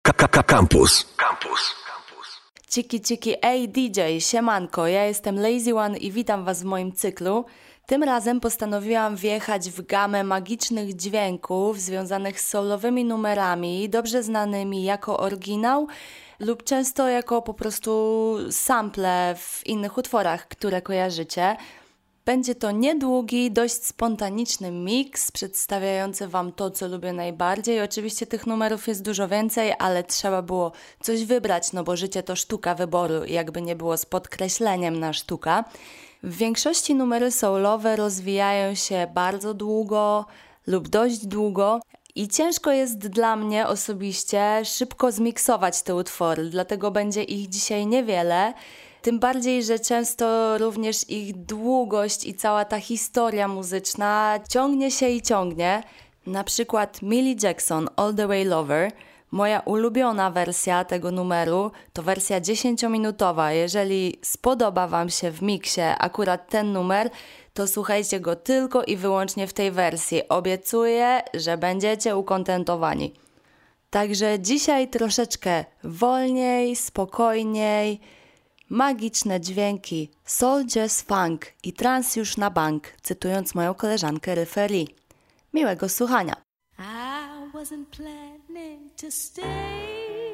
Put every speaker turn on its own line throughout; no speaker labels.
Campus.
Ciki, ciki, ej DJ, siemanko, ja jestem Lazy One i witam was w moim cyklu. Tym razem postanowiłam wjechać w gamę magicznych dźwięków związanych z soulowymi numerami, dobrze znanymi jako oryginał lub często jako po prostu sample w innych utworach, które kojarzycie. Będzie to niedługi, dość spontaniczny miks przedstawiający wam to, co lubię najbardziej. Oczywiście tych numerów jest dużo więcej, ale trzeba było coś wybrać, no bo życie to sztuka wyboru, jakby nie było z podkreśleniem na sztuka. W większości numery soulowe rozwijają się bardzo długo lub dość długo i ciężko jest dla mnie osobiście szybko zmiksować te utwory, dlatego będzie ich dzisiaj niewiele. Tym bardziej, że często również ich długość i cała ta historia muzyczna ciągnie się i ciągnie. Na przykład Millie Jackson, All the Way Lover. Moja ulubiona wersja tego numeru to wersja 10-minutowa. Jeżeli spodoba wam się w miksie akurat ten numer, to słuchajcie go tylko i wyłącznie w tej wersji. Obiecuję, że będziecie ukontentowani. Także dzisiaj troszeczkę wolniej, spokojniej. Magiczne dźwięki, soul, jazz, funk i trance już na bank, cytując moją koleżankę Referee. Miłego słuchania.
I wasn't planning to stay.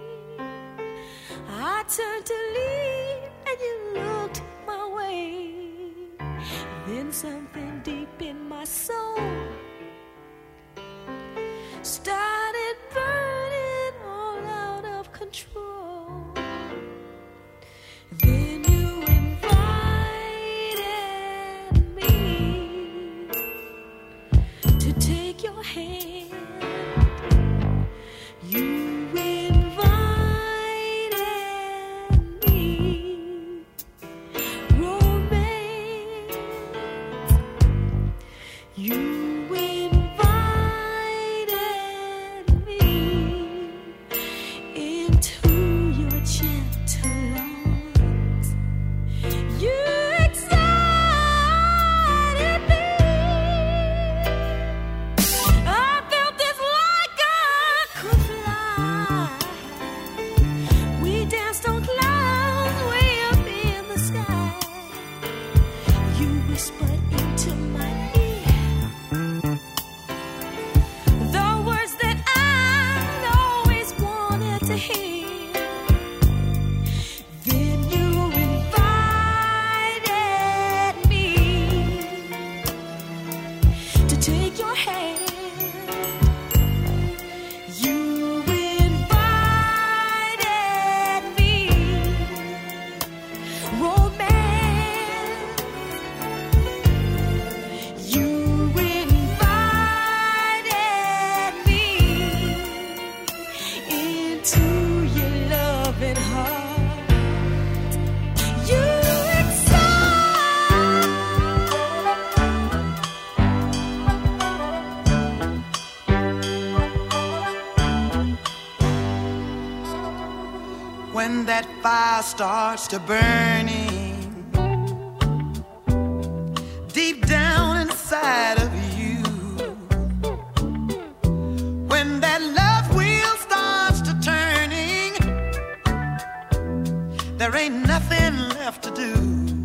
I turned to leave and you looked my way. Then something deep in my soul started burning all out of control. Then you invited me to take your hand. You invited me, romance. You invited me into your gentle arms. You excited me. I felt this like I could fly. We danced on clouds way up in the sky. You whispered into my ear the words that I'd always wanted to hear. Then you invited me to take your hand. You invited me, romance. You invited me into your loving heart. You
When that fire starts to burning deep down inside of you, when that love wheel starts to turning, there ain't nothing left to do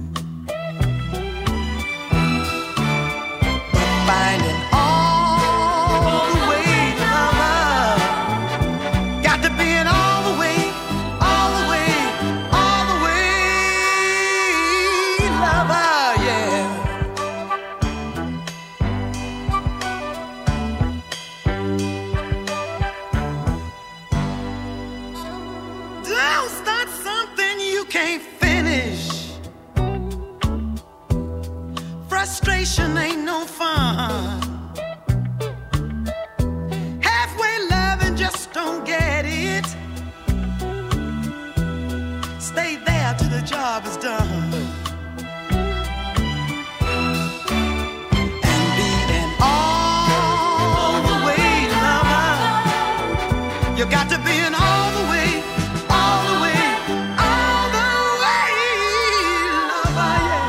but finding all the way to love. Got to be an all the way, all the way, all the way lover, yeah. Don't start something you can't finish. Frustration ain't no fun. Halfway loving, just don't get it. Stay there till the job is done. And be an all the way lover. You got to be an all the way, all the way, all the way lover, yeah.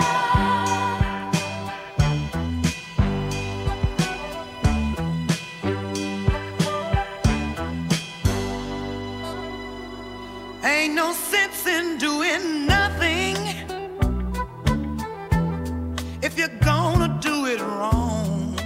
Ain't no sense in doing nothing if you're gonna do it wrong.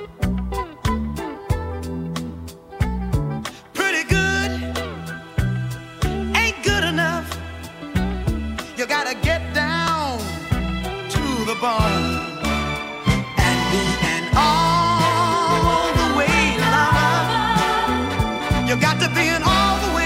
Pretty good ain't good enough. You gotta get down to the bone and be an all the way lover. You got to be an all the way.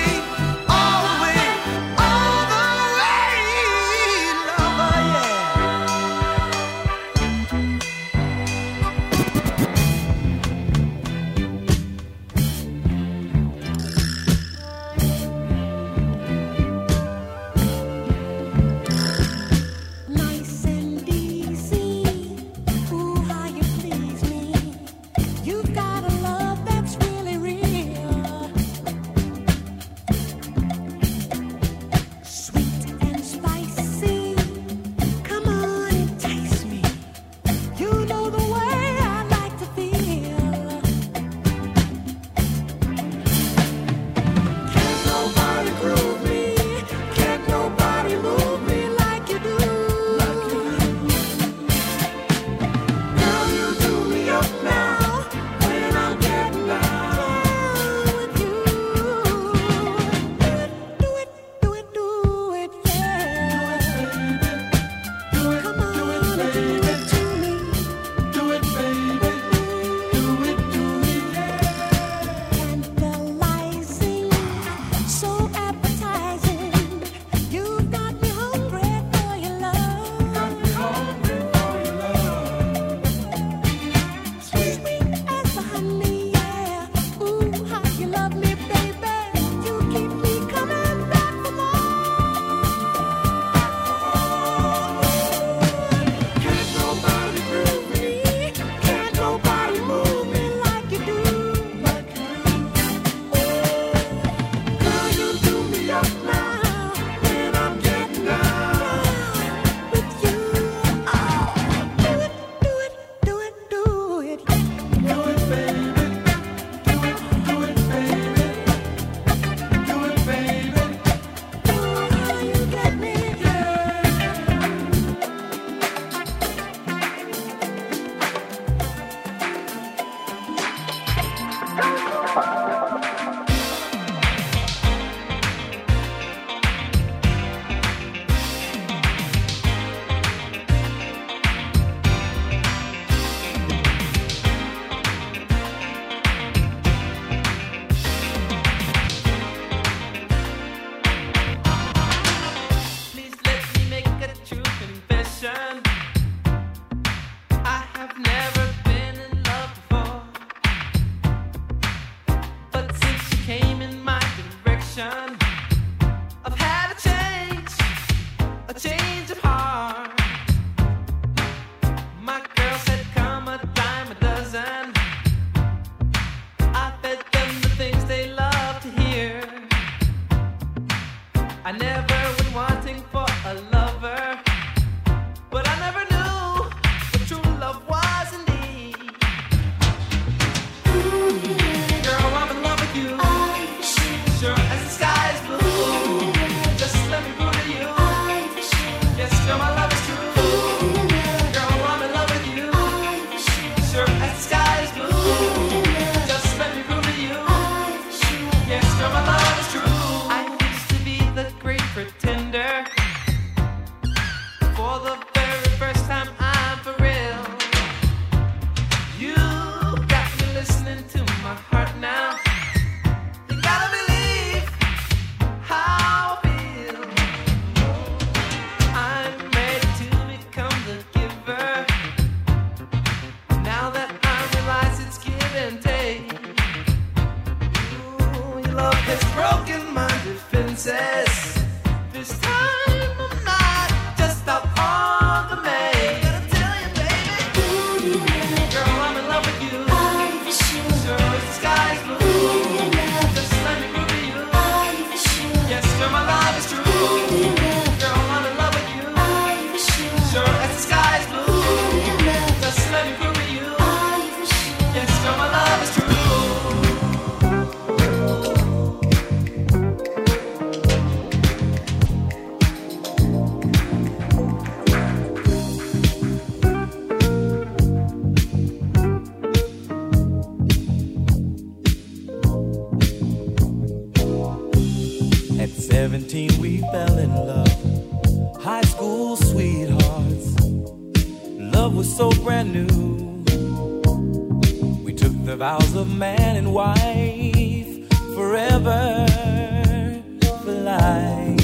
17 we fell in love, high school sweethearts. Love was so brand new. We took the vows of man and wife, forever, for life.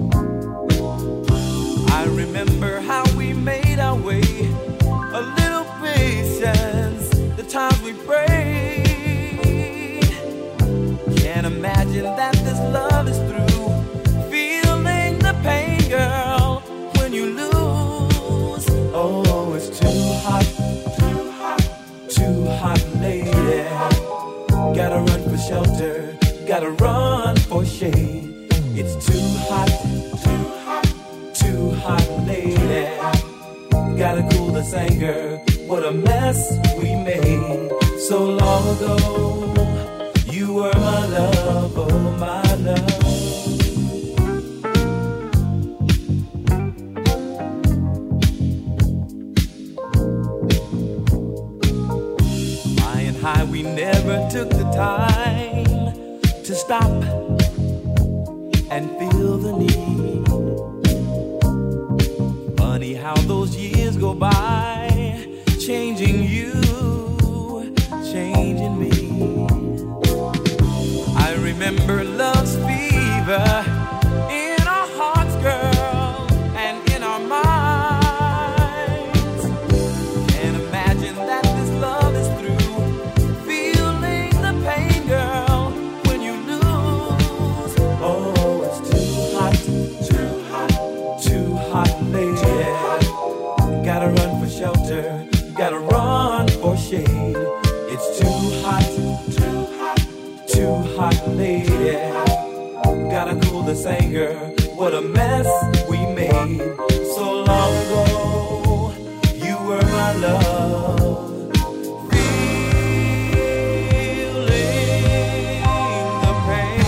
I remember how we made our way, a little patience, the times we prayed. Can't imagine that this love is through. Feeling the pain, girl, when you lose. Oh, it's too hot, too hot, too hot, lady. Gotta run for shelter, gotta run for shade. It's too hot, too hot, too hot, lady. Gotta cool this anger, what a mess we made so long ago. You were my love, oh my love. Flying high, we never took the time to stop and feel the need. Funny how those years go by, changing you, changing me. I remember love's fever in our hearts, girl, and in our minds. Can't imagine that this love is through. Feeling the pain, girl, when you lose. Oh, it's too hot, too hot, too hot, lady. Gotta run for shelter, gotta run for shade. It's too hot, too hot, too hot, lady. Gotta cool this anger, what a mess we made so long ago. You were my love. Feeling the pain.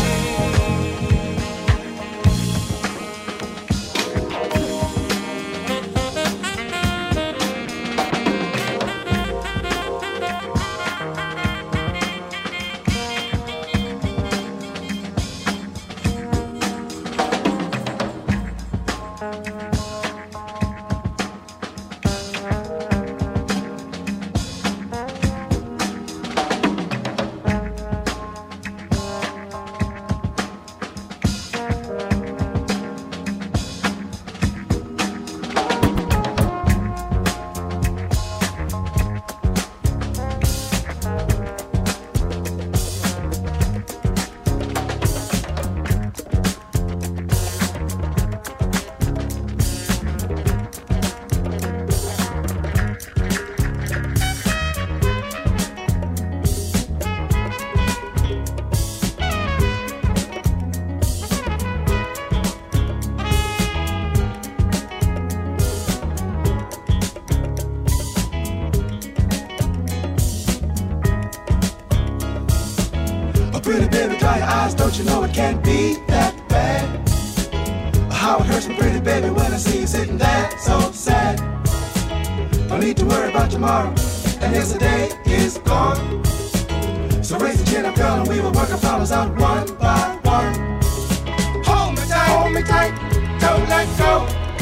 Pretty baby, dry your eyes, don't you know it can't be that bad? How it hurts me, pretty baby, when I see you sitting there so sad. Don't need to worry about tomorrow, and yesterday is gone. So raise the chin up, girl, and we will work our problems out one by one. Hold me tight, don't let go.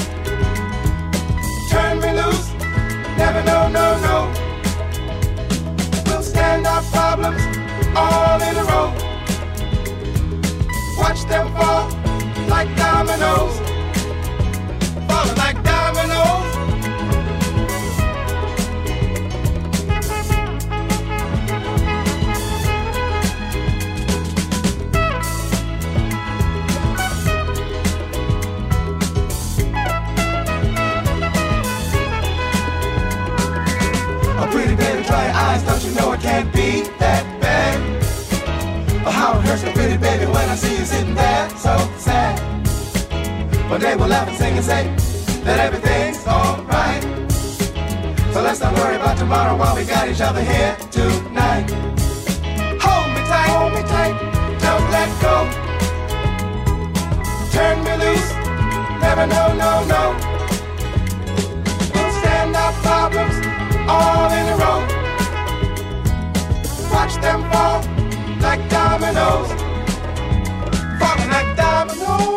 Turn me loose, never no, no, no. We'll stand our problems all in a row. Watch them fall like dominoes, falling like dominoes. Oh, pretty baby, dry your eyes, don't you know it can't be that bad? Oh, how it hurts me, pretty baby, when I see you sitting there so sad. One day we'll laugh and sing and say that everything's alright. So let's not worry about tomorrow while we got each other here tonight. Hold me tight, don't let go. Turn me loose, never no, no, no. We'll stand our problems all in a row. Watch them fall like dominoes, falling like dominoes.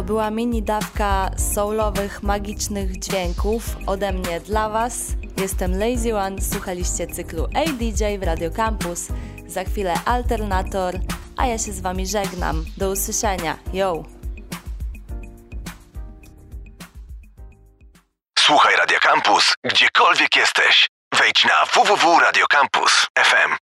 była mini dawka soulowych, magicznych dźwięków ode mnie dla Was. Jestem Lazy One, słuchaliście cyklu ADJ w Radio Campus. Za chwilę Alternator, a ja się z Wami żegnam. Do usłyszenia. Yo!
Słuchaj Radio Campus, gdziekolwiek jesteś. Wejdź na www.radiocampus.fm.